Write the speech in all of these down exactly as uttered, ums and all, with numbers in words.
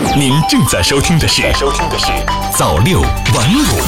您正在收听的是收听的是早六晚五。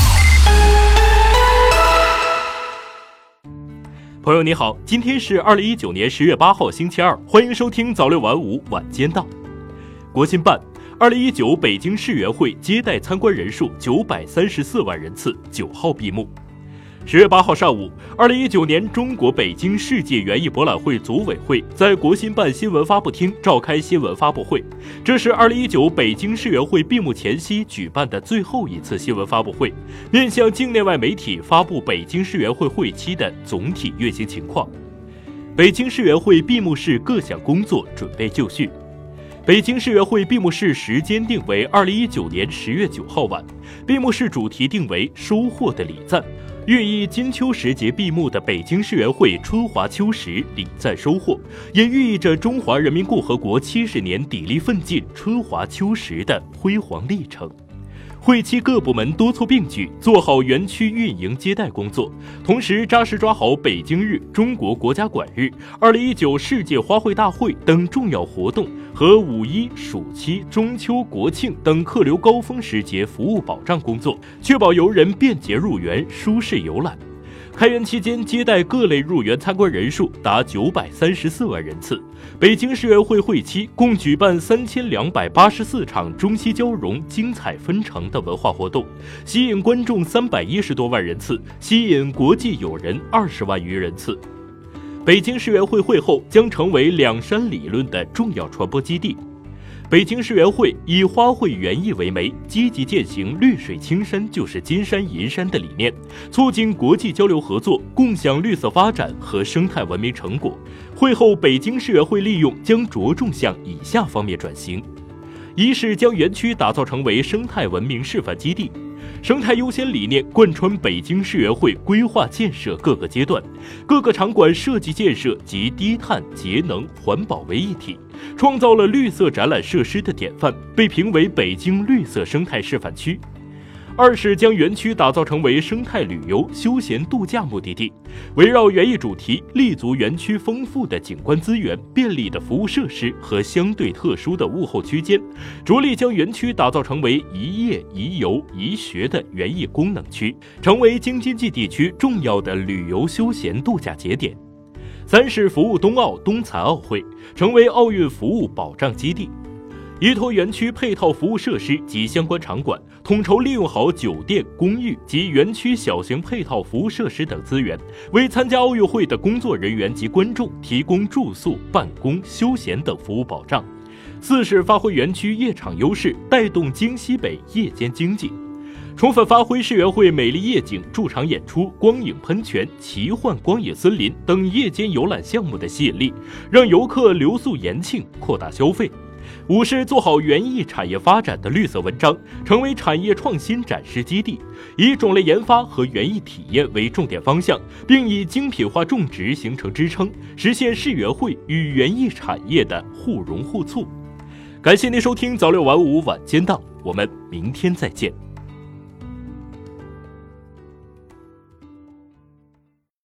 朋友你好，今天是二零一九年十月八号星期二，欢迎收听早六晚五晚间档。国新办，二零一九北京世园会接待参观人数九百三十四万人次，九号闭幕。十月八号上午，二零一九年中国北京世界园艺博览会组委会在国新办新闻发布厅召开新闻发布会，这是二零一九北京世园会闭幕前夕举办的最后一次新闻发布会，面向境内外媒体发布北京世园会会期的总体运行情况。北京世园会闭幕式各项工作准备就绪。北京世园会闭幕式时间定为二零一九年十月九号晚，闭幕式主题定为收获的礼赞，寓意金秋时节闭幕的北京世园会春华秋实，礼赞收获，也寓意着中华人民共和国七十年砥砺奋进、春华秋实的辉煌历程。会期各部门多措并举，做好园区运营接待工作，同时扎实抓好北京日、中国国家馆日、二零一九世界花卉大会等重要活动和五一、暑期、中秋、国庆等客流高峰时节服务保障工作，确保游人便捷入园、舒适游览。开园期间接待各类入园参观人数达九百三十四万人次。北京世园会会期共举办三千两百八十四场中西交融、精彩纷呈的文化活动，吸引观众三百一十多万人次，吸引国际友人二十万余人次。北京世园会会后将成为两山理论的重要传播基地。北京世园会以花卉园艺为媒，积极践行绿水青山就是金山银山的理念，促进国际交流合作，共享绿色发展和生态文明成果。会后北京世园会利用将着重向以下方面转型：一是将园区打造成为生态文明示范基地。生态优先理念贯穿北京世园会规划建设各个阶段，各个场馆设计建设集低碳、节能、环保为一体，创造了绿色展览设施的典范，被评为北京绿色生态示范区。二是将园区打造成为生态旅游、休闲度假目的地，围绕园艺主题，立足园区丰富的景观资源、便利的服务设施和相对特殊的物候区间，着力将园区打造成为宜业、宜游、宜学的园艺功能区，成为京津冀地区重要的旅游休闲度假节点。三是服务冬奥、冬残奥会，成为奥运服务保障基地。依托园区配套服务设施及相关场馆，统筹利用好酒店、公寓及园区小型配套服务设施等资源，为参加奥运会的工作人员及观众提供住宿、办公、休闲等服务保障。四是发挥园区夜场优势，带动京西北夜间经济。充分发挥世园会美丽夜景、驻场演出、光影喷泉、奇幻光影森林等夜间游览项目的吸引力，让游客留宿延庆，扩大消费。五是做好园艺产业发展的绿色文章，成为产业创新展示基地，以种类研发和园艺体验为重点方向，并以精品化种植形成支撑，实现世园会与园艺产业的互融互促。感谢您收听早六晚五晚间档，我们明天再见。